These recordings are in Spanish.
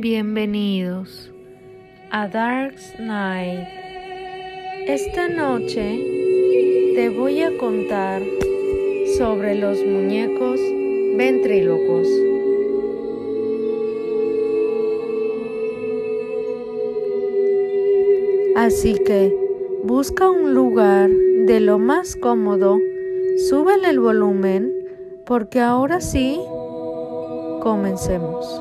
Bienvenidos a Dark Night. Esta noche te voy a contar sobre los muñecos ventrílocos. Así que busca un lugar de lo más cómodo, súbele el volumen, porque ahora sí, comencemos.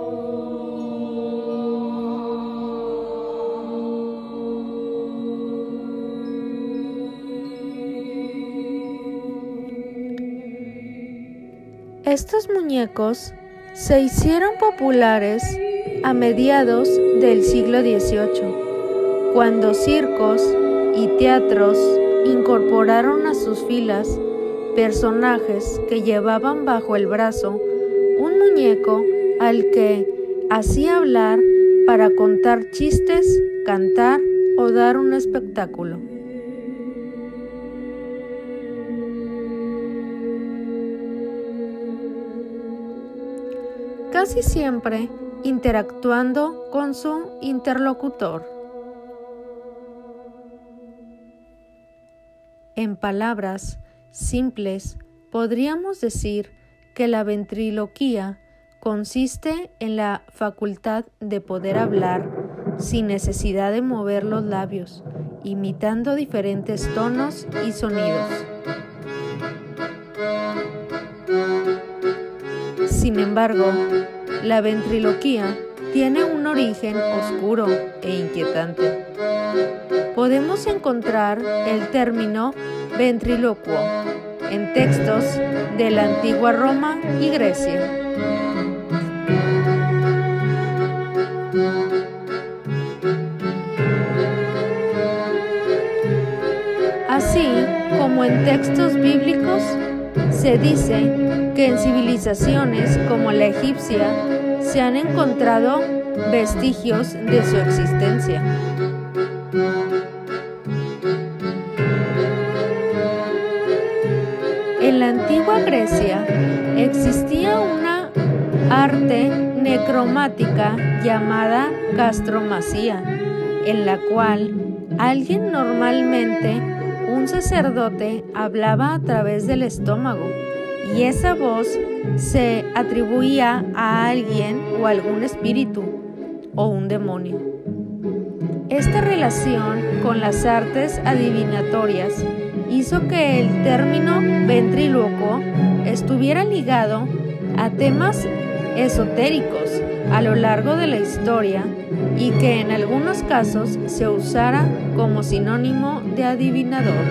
Estos muñecos se hicieron populares a mediados del siglo XVIII, cuando circos y teatros incorporaron a sus filas personajes que llevaban bajo el brazo un muñeco al que hacía hablar para contar chistes, cantar o dar un espectáculo. Casi siempre interactuando con su interlocutor. En palabras simples, podríamos decir que la ventriloquía consiste en la facultad de poder hablar sin necesidad de mover los labios, imitando diferentes tonos y sonidos. Sin embargo, la ventriloquía tiene un origen oscuro e inquietante. Podemos encontrar el término ventrílocuo en textos de la antigua Roma y Grecia. Así como en textos bíblicos, se dice que en civilizaciones como la egipcia se han encontrado vestigios de su existencia. En la antigua Grecia existía una arte necromática llamada castromasía, en la cual alguien, normalmente un sacerdote, hablaba a través del estómago, y esa voz se atribuía a alguien o algún espíritu o un demonio. Esta relación con las artes adivinatorias hizo que el término ventrílocuo estuviera ligado a temas esotéricos a lo largo de la historia y que en algunos casos se usara como sinónimo de adivinador.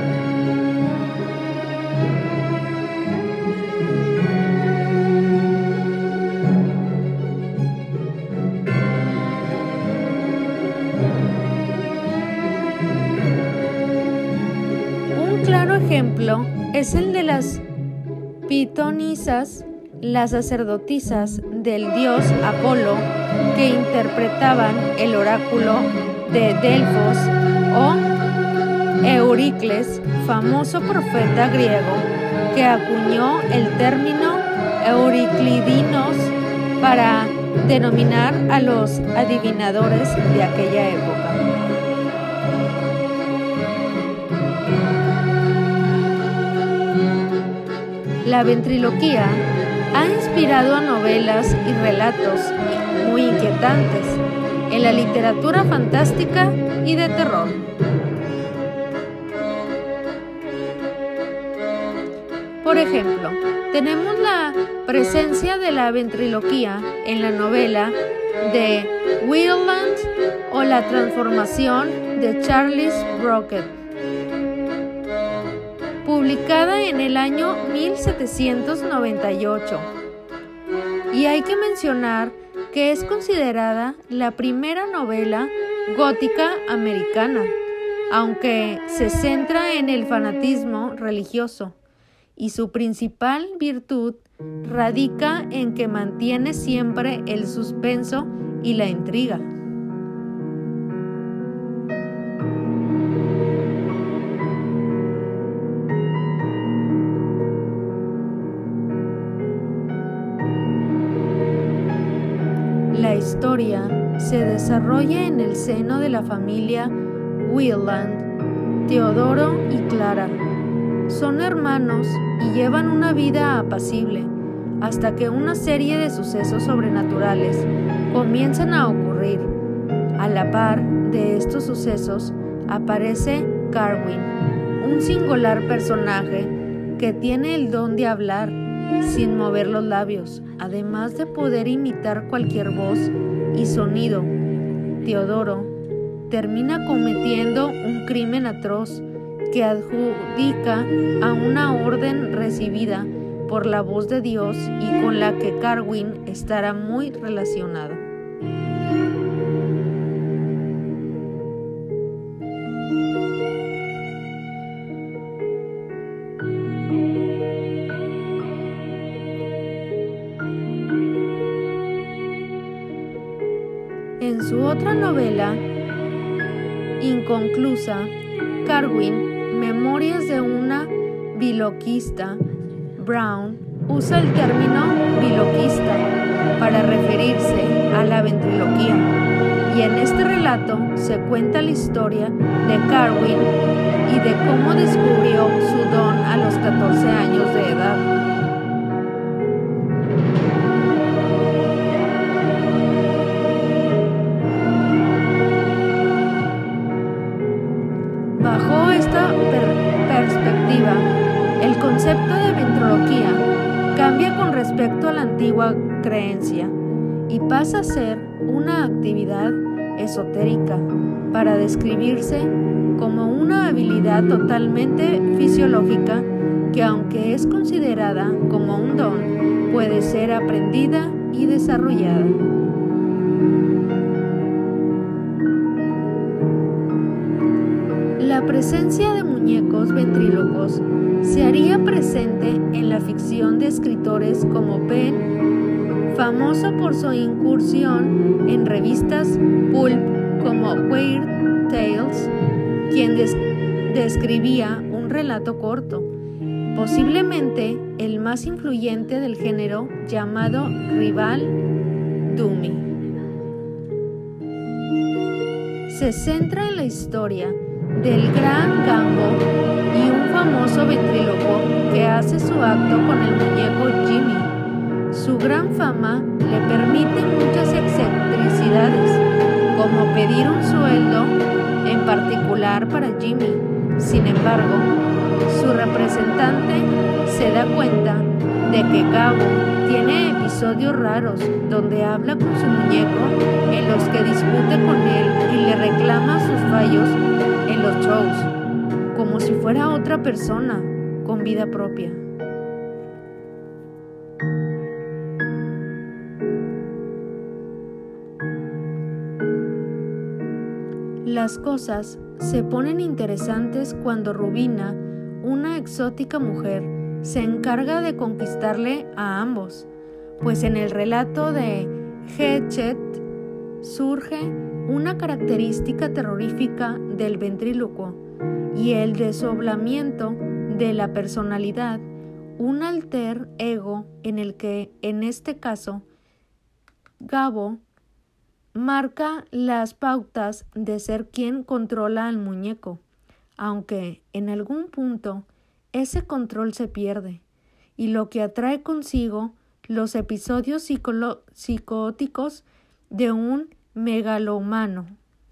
Un claro ejemplo es el de las pitonisas, las sacerdotisas del dios Apolo, que interpretaban el oráculo de Delfos, o Euricles, famoso profeta griego que acuñó el término euriclidinos para denominar a los adivinadores de aquella época. La ventriloquía ha inspirado a novelas y relatos muy inquietantes en la literatura fantástica y de terror. Por ejemplo, tenemos la presencia de la ventriloquía en la novela de Wieland o La transformación de Charles Brockett, publicada en el año 1798. Y hay que mencionar que es considerada la primera novela gótica americana, aunque se centra en el fanatismo religioso, y su principal virtud radica en que mantiene siempre el suspenso y la intriga. historia se desarrolla en el seno de la familia Wieland. Teodoro y Clara son hermanos y llevan una vida apacible hasta que una serie de sucesos sobrenaturales comienzan a ocurrir. A la par de estos sucesos aparece Carwin, un singular personaje que tiene el don de hablar sin mover los labios, además de poder imitar cualquier voz y sonido. Teodoro termina cometiendo un crimen atroz que adjudica a una orden recibida por la voz de Dios y con la que Carwin estará muy relacionado. En su otra novela, inconclusa, Carwin, Memorias de una biloquista, Brown usa el término biloquista para referirse a la ventriloquía, y en este relato se cuenta la historia de Carwin y de cómo descubrió su don a los 14 años de edad. Bajo esta perspectiva, el concepto de ventriloquía cambia con respecto a la antigua creencia y pasa a ser una actividad esotérica para describirse como una habilidad totalmente fisiológica que, aunque es considerada como un don, puede ser aprendida y desarrollada. La presencia de muñecos ventrílocos se haría presente en la ficción de escritores como Penn, famoso por su incursión en revistas pulp como Weird Tales, quien describía un relato corto, posiblemente el más influyente del género, llamado Rival Dummy. Se centra en la historia del gran Gambo y un famoso ventríloco que hace su acto con el muñeco Jimmy. Su gran fama le permite muchas excentricidades, como pedir un sueldo en particular para Jimmy. Sin embargo, su representante se da cuenta de que Gabo tiene episodios raros donde habla con su muñeco, en los que discute con él y le reclama sus fallos en los shows, como si fuera otra persona con vida propia. Las cosas se ponen interesantes cuando Rubina, una exótica mujer, se encarga de conquistarle a ambos, pues en el relato de Hachette surge una característica terrorífica del ventrílocuo y el desdoblamiento de la personalidad, un alter ego en el que, en este caso, Gabo marca las pautas de ser quien controla al muñeco, aunque en algún punto ese control se pierde, y lo que atrae consigo los episodios psicóticos de un megalómano.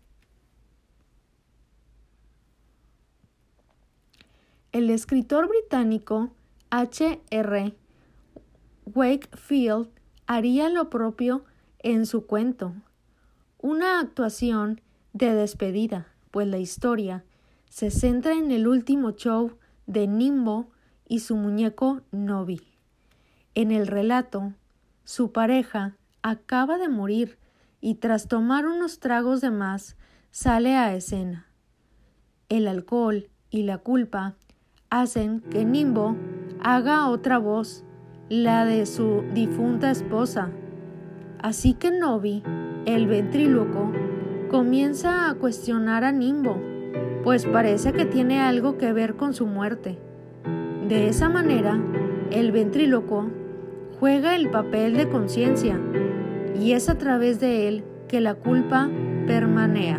El escritor británico H.R. Wakefield haría lo propio en su cuento, una actuación de despedida, pues la historia se centra en el último show de Nimbo y su muñeco Nobby. En el relato, su pareja acaba de morir y tras tomar unos tragos de más, sale a escena. El alcohol y la culpa hacen que Nimbo haga otra voz, la de su difunta esposa. Así que Nobby, el ventríloco, comienza a cuestionar a Nimbo, pues parece que tiene algo que ver con su muerte. De esa manera, el ventríloco juega el papel de conciencia, y es a través de él que la culpa permanea.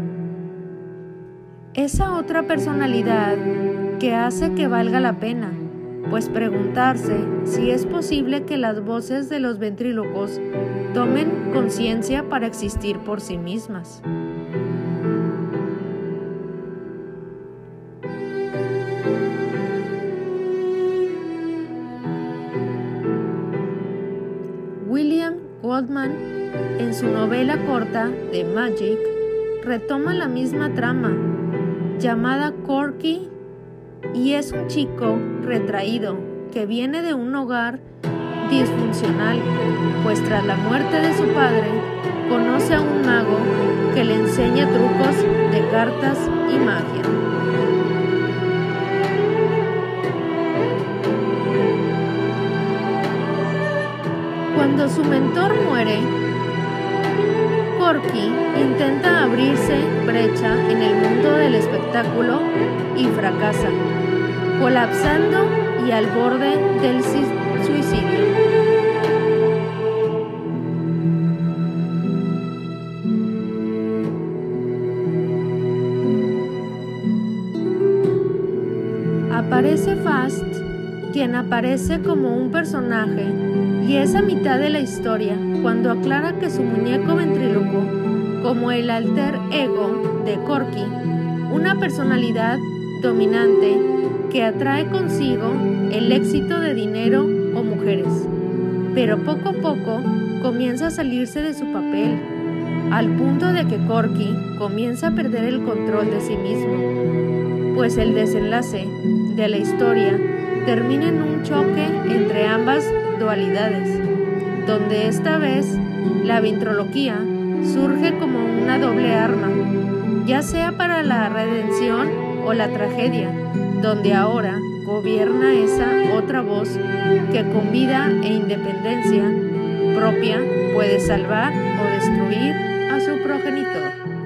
Esa otra personalidad que hace que valga la pena, pues preguntarse si es posible que las voces de los ventrílocos tomen conciencia para existir por sí mismas. William Goldman, en su novela corta The Magic, retoma la misma trama, llamada Corky, y es un chico retraído que viene de un hogar disfuncional, pues tras la muerte de su padre, conoce a un mago que le enseña trucos de cartas y magia. Cuando su mentor muere, Corky intenta abrirse brecha en el mundo del espectáculo y fracasa, colapsando y al borde del suicidio. Aparece Fast, quien aparece como un personaje, y es a mitad de la historia cuando aclara que su muñeco ventríloco, como el alter ego de Corky, una personalidad dominante que atrae consigo el éxito de dinero o mujeres, pero poco a poco comienza a salirse de su papel, al punto de que Corky comienza a perder el control de sí mismo, pues el desenlace de la historia termina en un choque entre ambas dualidades, donde esta vez la ventriloquía surge como una doble arma, ya sea para la redención o la tragedia, donde ahora gobierna esa otra voz que con vida e independencia propia puede salvar o destruir a su progenitor.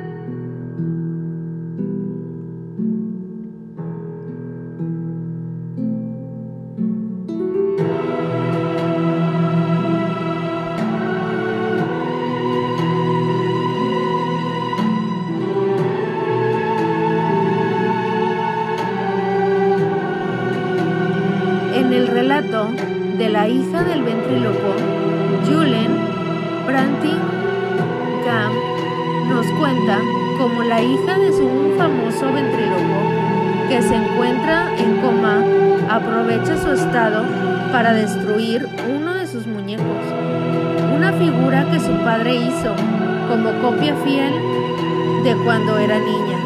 En el relato de la hija del ventríloco, Julen Brantingham nos cuenta cómo la hija de un famoso ventríloco que se encuentra en coma aprovecha su estado para destruir uno de sus muñecos, una figura que su padre hizo como copia fiel de cuando era niña.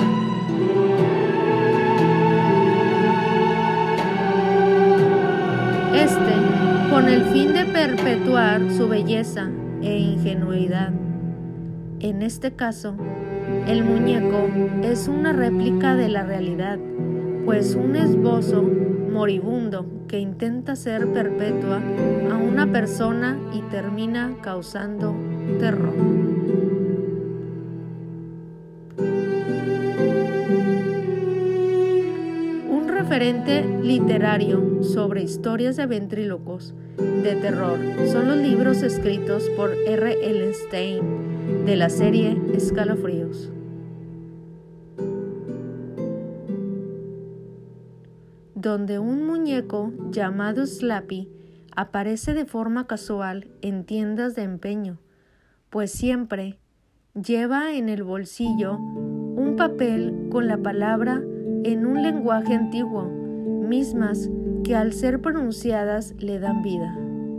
Con el fin de perpetuar su belleza e ingenuidad. En este caso, el muñeco es una réplica de la realidad, pues un esbozo moribundo que intenta ser perpetua a una persona y termina causando terror. Un referente literario sobre historias de ventrílocos de terror son los libros escritos por R.L. Stein de la serie Escalofríos. Donde un muñeco llamado Slappy aparece de forma casual en tiendas de empeño, pues siempre lleva en el bolsillo un papel con la palabra en un lenguaje antiguo, mismas que al ser pronunciadas le dan vida.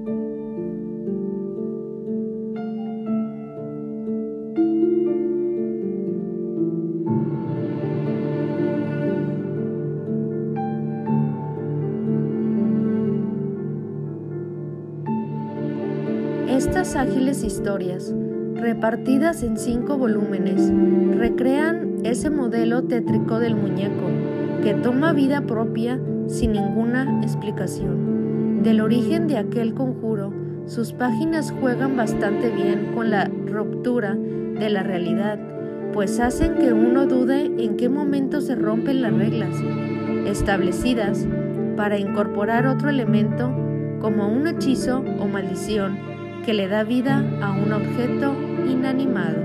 Estas ágiles historias, repartidas en 5 volúmenes, recrean ese modelo tétrico del muñeco que toma vida propia sin ninguna explicación. Del origen de aquel conjuro, sus páginas juegan bastante bien con la ruptura de la realidad, pues hacen que uno dude en qué momento se rompen las reglas establecidas para incorporar otro elemento como un hechizo o maldición que le da vida a un objeto inanimado.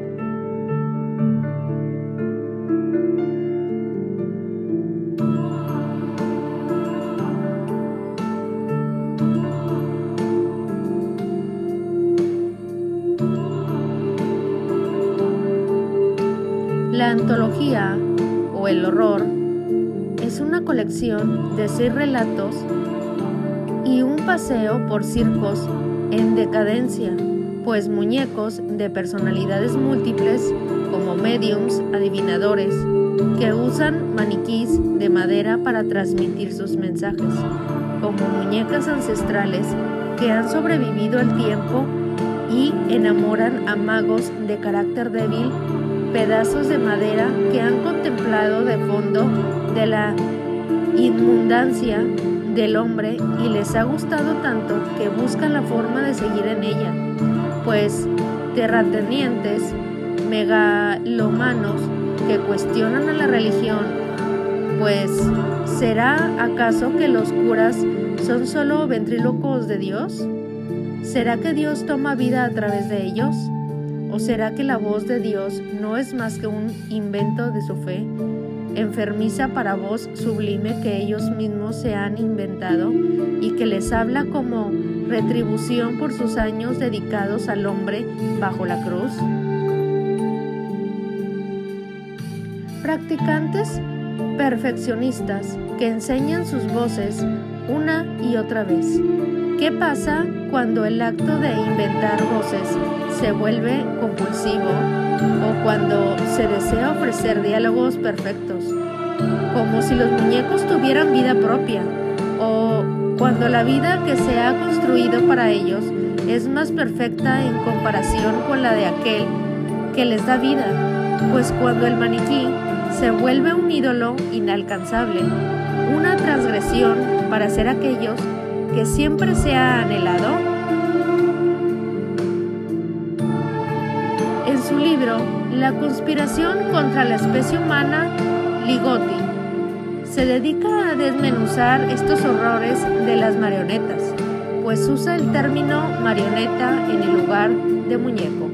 La antología o el horror es una colección de 6 relatos y un paseo por circos en decadencia, pues muñecos de personalidades múltiples como mediums, adivinadores, que usan maniquís de madera para transmitir sus mensajes, como muñecas ancestrales que han sobrevivido al tiempo y enamoran a magos de carácter débil, pedazos de madera que han contemplado de fondo de la inmundancia del hombre y les ha gustado tanto que buscan la forma de seguir en ella, pues terratenientes, megalomanos que cuestionan a la religión, pues ¿será acaso que los curas son solo ventrílocos de Dios? ¿Será que Dios toma vida a través de ellos? ¿O será que la voz de Dios no es más que un invento de su fe, enfermiza para voz sublime que ellos mismos se han inventado y que les habla como retribución por sus años dedicados al hombre bajo la cruz? Practicantes perfeccionistas que enseñan sus voces una y otra vez. ¿Qué pasa cuando el acto de inventar voces se vuelve compulsivo o cuando se desea ofrecer diálogos perfectos, como si los muñecos tuvieran vida propia, o cuando la vida que se ha construido para ellos es más perfecta en comparación con la de aquel que les da vida? Pues cuando el maniquí se vuelve un ídolo inalcanzable, una transgresión para ser aquellos que siempre se ha anhelado. En su libro La conspiración contra la especie humana, Ligotti se dedica a desmenuzar estos horrores de las marionetas, pues usa el término marioneta en el lugar de muñeco.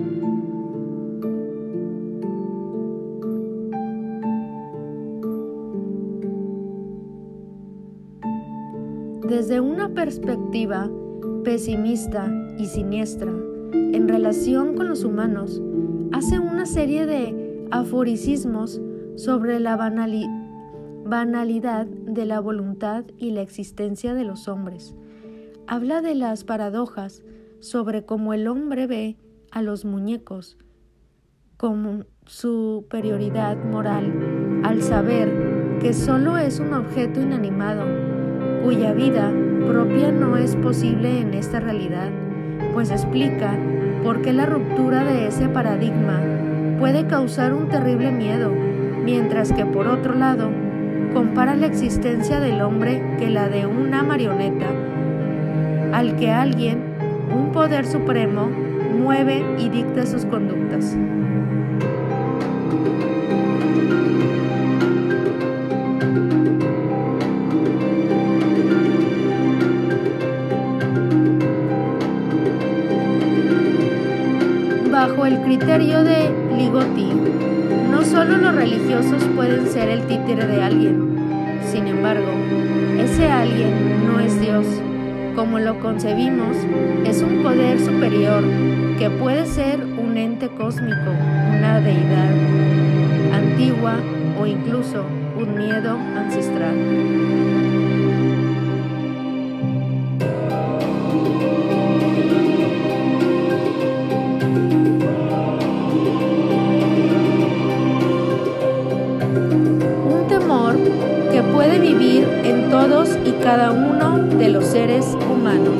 Desde una perspectiva pesimista y siniestra en relación con los humanos, hace una serie de aforismos sobre la banalidad de la voluntad y la existencia de los hombres. Habla de las paradojas sobre cómo el hombre ve a los muñecos como superioridad moral al saber que solo es un objeto inanimado, cuya vida propia no es posible en esta realidad, pues explica por qué la ruptura de ese paradigma puede causar un terrible miedo, mientras que por otro lado compara la existencia del hombre que la de una marioneta, al que alguien, un poder supremo, mueve y dicta sus conductas. Bajo el criterio de Ligotti, no solo los religiosos pueden ser el títere de alguien. Sin embargo, ese alguien no es Dios. Como lo concebimos, es un poder superior que puede ser un ente cósmico, una deidad antigua o incluso un miedo ancestral. Puede vivir en todos y cada uno de los seres humanos.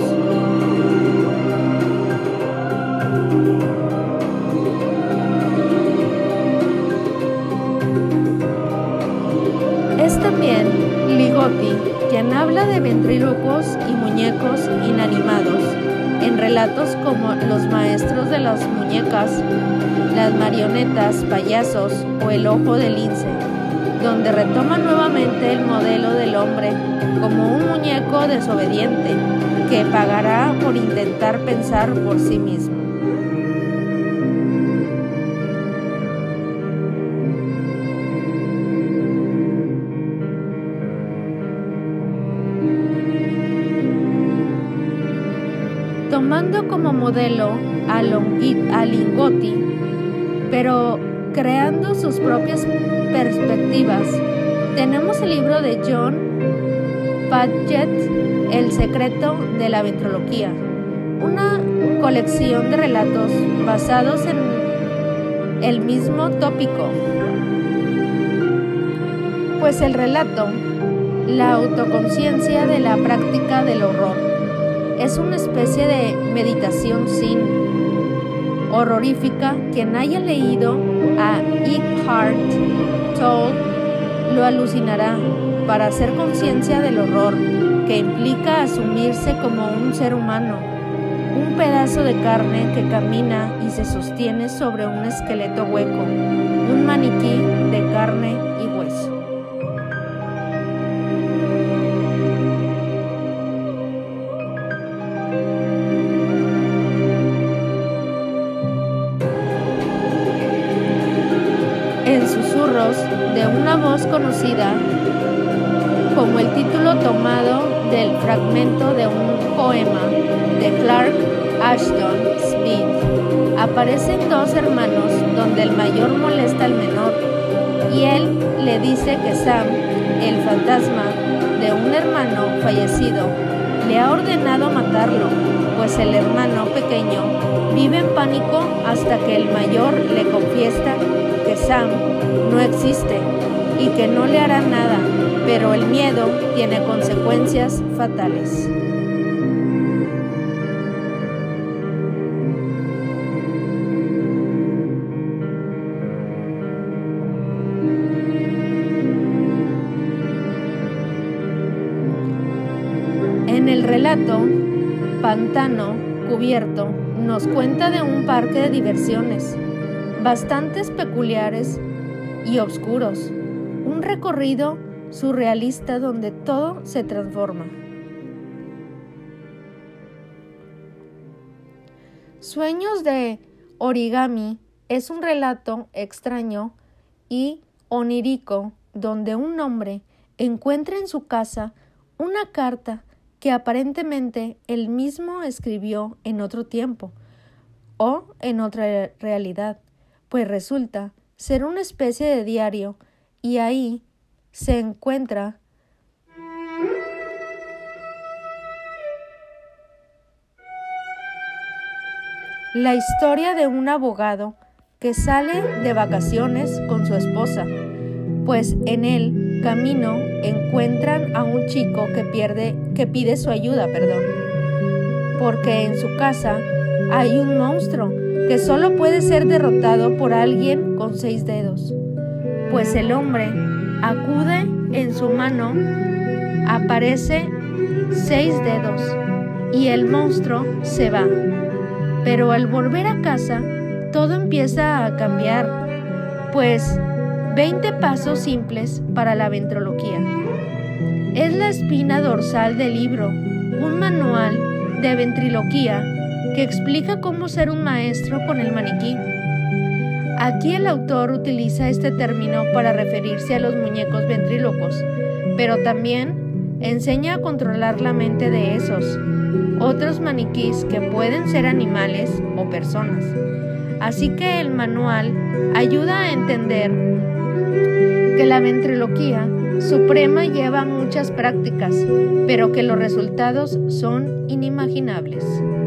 Es también Ligotti quien habla de ventrílocos y muñecos inanimados en relatos como Los maestros de las muñecas, Las marionetas, payasos o El ojo del lince. donde retoma nuevamente el modelo del hombre como un muñeco desobediente que pagará por intentar pensar por sí mismo. Tomando como modelo a Lingotti, pero creando sus propias perspectivas, tenemos el libro de John Padgett, El secreto de la ventriloquía, una colección de relatos basados en el mismo tópico. Pues el relato, la autoconciencia de la práctica del horror, es una especie de meditación sin horrorífica. Quien haya leído a Eckhart Tolle lo alucinará para hacer conciencia del horror que implica asumirse como un ser humano, un pedazo de carne que camina y se sostiene sobre un esqueleto hueco, un maniquí de carne y hueso. En susurros de una voz conocida, como el título tomado del fragmento de un poema de Clark Ashton Smith, aparecen dos hermanos donde el mayor molesta al menor y él le dice que Sam, el fantasma de un hermano fallecido, le ha ordenado matarlo, pues el hermano pequeño vive en pánico hasta que el mayor le confiesa que Sam no existe y que no le hará nada, pero el miedo tiene consecuencias fatales. En el relato, Pantano Cubierto nos cuenta de un parque de diversiones, bastante peculiares y oscuros, un recorrido surrealista donde todo se transforma. Sueños de origami es un relato extraño y onírico donde un hombre encuentra en su casa una carta que aparentemente él mismo escribió en otro tiempo o en otra realidad, pues resulta ser una especie de diario y ahí se encuentra la historia de un abogado que sale de vacaciones con su esposa, pues en el camino encuentran a un chico que pide su ayuda, porque en su casa hay un monstruo que solo puede ser derrotado por alguien con 6 dedos, pues el hombre acude, en su mano aparece 6 dedos y el monstruo se va. Pero al volver a casa, todo empieza a cambiar, pues 20 pasos simples para la ventriloquía. Es la espina dorsal del libro, un manual de ventriloquía que explica cómo ser un maestro con el maniquí. Aquí el autor utiliza este término para referirse a los muñecos ventrílocos, pero también enseña a controlar la mente de esos otros maniquís que pueden ser animales o personas. Así que el manual ayuda a entender que la ventriloquía suprema lleva muchas prácticas, pero que los resultados son inimaginables.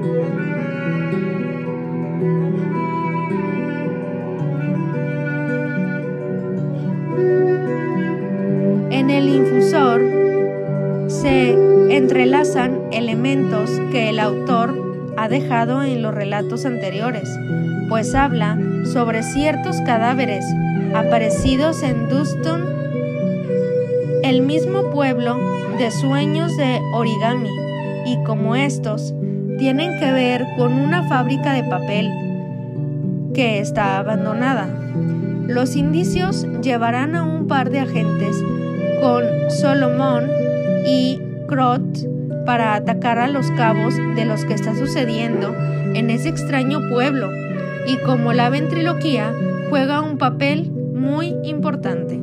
En el infusor se entrelazan elementos que el autor ha dejado en los relatos anteriores, pues habla sobre ciertos cadáveres aparecidos en Dustin, el mismo pueblo de sueños de origami, y como estos tienen que ver con una fábrica de papel que está abandonada. Los indicios llevarán a un un par de agentes con Solomon y Crot para atacar a los cabos de lo que está sucediendo en ese extraño pueblo, y como la ventriloquía juega un papel muy importante.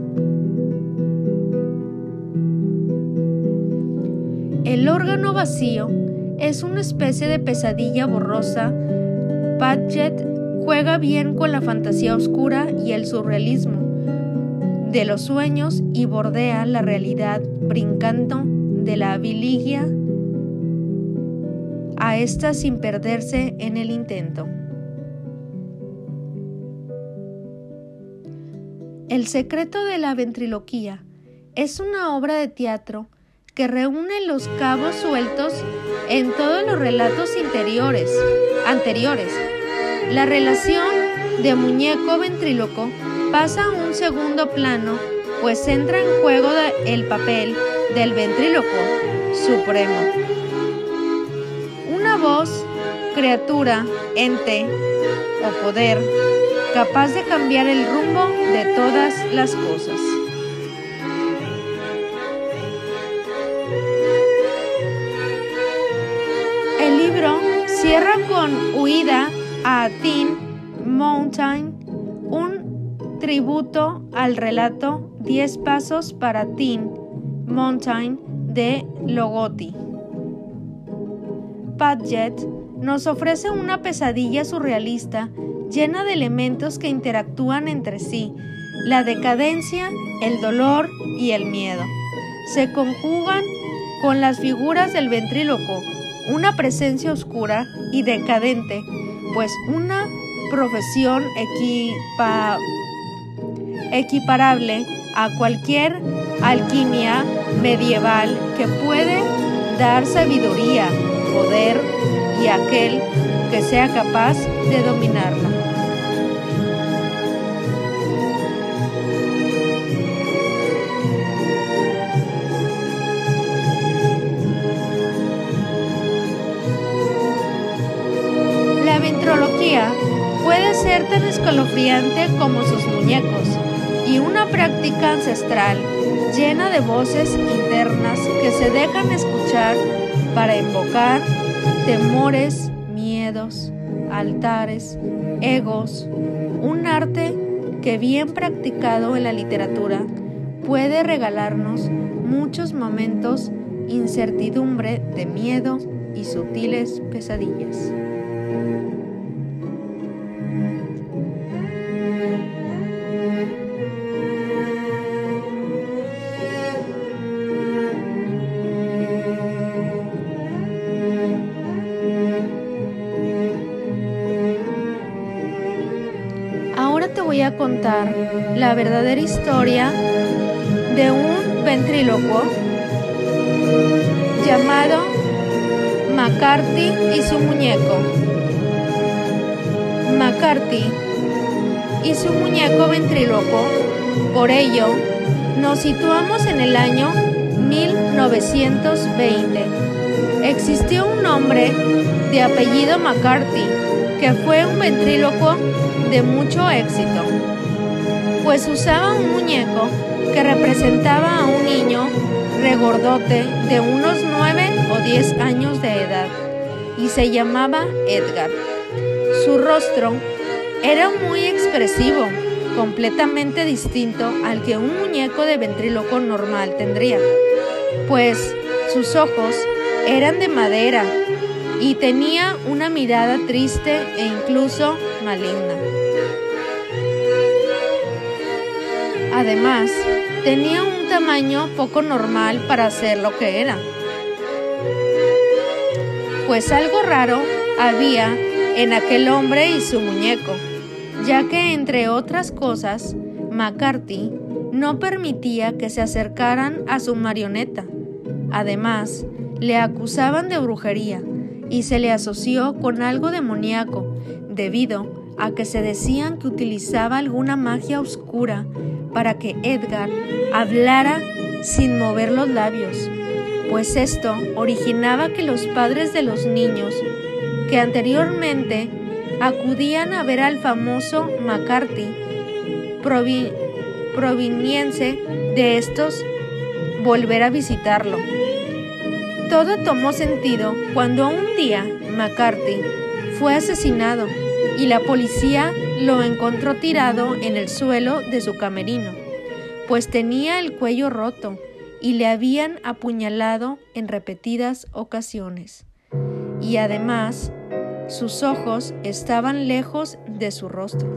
El órgano vacío es una especie de pesadilla borrosa. Padgett juega bien con la fantasía oscura y el surrealismo de los sueños y bordea la realidad brincando de la vigilia a esta sin perderse en el intento. El secreto de la ventriloquía es una obra de teatro que reúne los cabos sueltos en todos los relatos anteriores. La relación de muñeco-ventríloco pasa a un segundo plano, pues entra en juego el papel del ventríloco supremo. Una voz, criatura, ente o poder capaz de cambiar el rumbo de todas las cosas. El libro cierra con Huida a Teen Mountain, un tributo al relato 10 pasos para Teen Mountain de Logotti. Padgett nos ofrece una pesadilla surrealista llena de elementos que interactúan entre sí. La decadencia, el dolor y el miedo se conjugan con las figuras del ventríloco, una presencia oscura y decadente, pues una profesión equiparable a cualquier alquimia medieval que puede dar sabiduría, poder y aquel que sea capaz de dominarla. La ventriloquía puede ser tan escalofriante como sus muñecos y una práctica ancestral llena de voces internas que se dejan escuchar para invocar temores, miedos, altares, egos. Un arte que bien practicado en la literatura puede regalarnos muchos momentos incertidumbre de miedo y sutiles pesadillas. Ahora te voy a contar la verdadera historia de un ventrílocuo llamado McCarthy y su muñeco. McCarthy y su muñeco ventrílocuo. Por ello, nos situamos en el año 1920. Existió un hombre de apellido McCarthy que fue un ventrílocuo de mucho éxito, pues usaba un muñeco que representaba a un niño regordote de unos 9 o 10 años de edad y se llamaba Edgar. Su rostro era muy expresivo, completamente distinto al que un muñeco de ventríloco normal tendría, pues sus ojos eran de madera y tenía una mirada triste e incluso maligna. Además, tenía un tamaño poco normal para ser lo que era, pues algo raro había en aquel hombre y su muñeco, ya que, entre otras cosas, McCarthy no permitía que se acercaran a su marioneta. Además, le acusaban de brujería y se le asoció con algo demoníaco, debido a que se decían que utilizaba alguna magia oscura para que Edgar hablara sin mover los labios, pues esto originaba que los padres de los niños que anteriormente acudían a ver al famoso McCarthy proveniente de estos volver a visitarlo. Todo tomó sentido cuando un día McCarthy fue asesinado y la policía lo encontró tirado en el suelo de su camerino, pues tenía el cuello roto y le habían apuñalado en repetidas ocasiones. Y además, sus ojos estaban lejos de su rostro.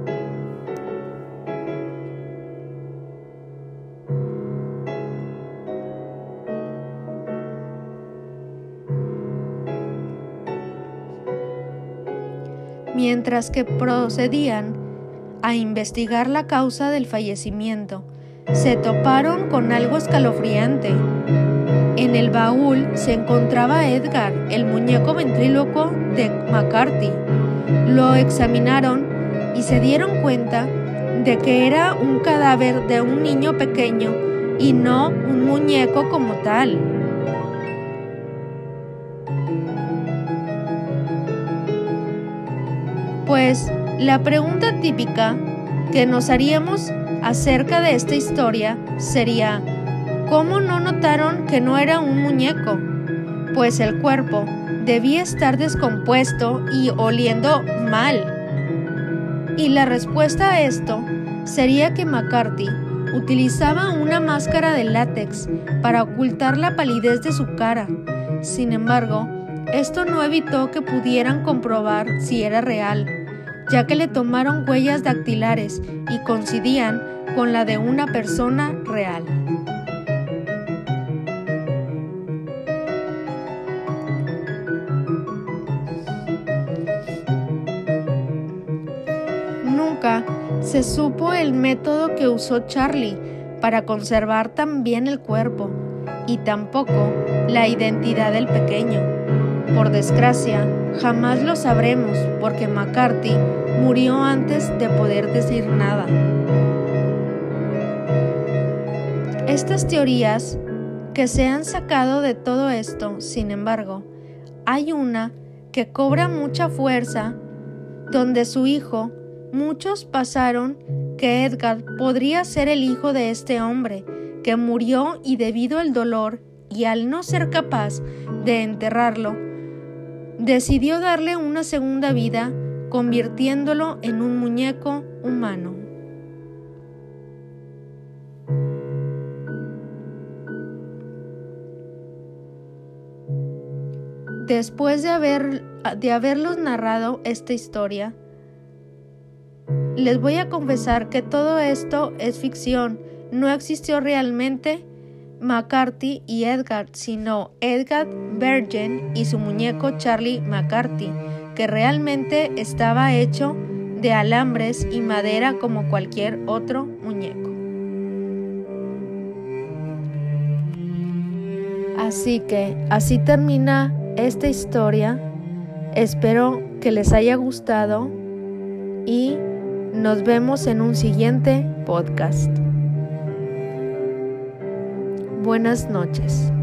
Mientras que procedían a investigar la causa del fallecimiento, se toparon con algo escalofriante. En el baúl se encontraba Edgar, el muñeco ventrílocuo de McCarthy. Lo examinaron y se dieron cuenta de que era un cadáver de un niño pequeño y no un muñeco como tal. Pues la pregunta típica que nos haríamos acerca de esta historia sería: ¿cómo no notaron que no era un muñeco? Pues el cuerpo debía estar descompuesto y oliendo mal. Y la respuesta a esto sería que McCarthy utilizaba una máscara de látex para ocultar la palidez de su cara. Sin embargo, esto no evitó que pudieran comprobar si era real, ya que le tomaron huellas dactilares y coincidían con la de una persona real. Nunca se supo el método que usó Charlie para conservar tan bien el cuerpo, y tampoco la identidad del pequeño. Por desgracia, jamás lo sabremos porque McCarthy murió antes de poder decir nada. Estas teorías que se han sacado de todo esto, sin embargo, hay una que cobra mucha fuerza, donde su hijo, muchos pasaron que Edgar podría ser el hijo de este hombre que murió y debido al dolor y al no ser capaz de enterrarlo, decidió darle una segunda vida convirtiéndolo en un muñeco humano. Después de haberlos narrado esta historia, les voy a confesar que todo esto es ficción. No existió realmente McCarthy y Edgar, sino Edgar Bergen y su muñeco Charlie McCarthy, que realmente estaba hecho de alambres y madera como cualquier otro muñeco. Así que así termina esta historia. Espero que les haya gustado y nos vemos en un siguiente podcast. Buenas noches.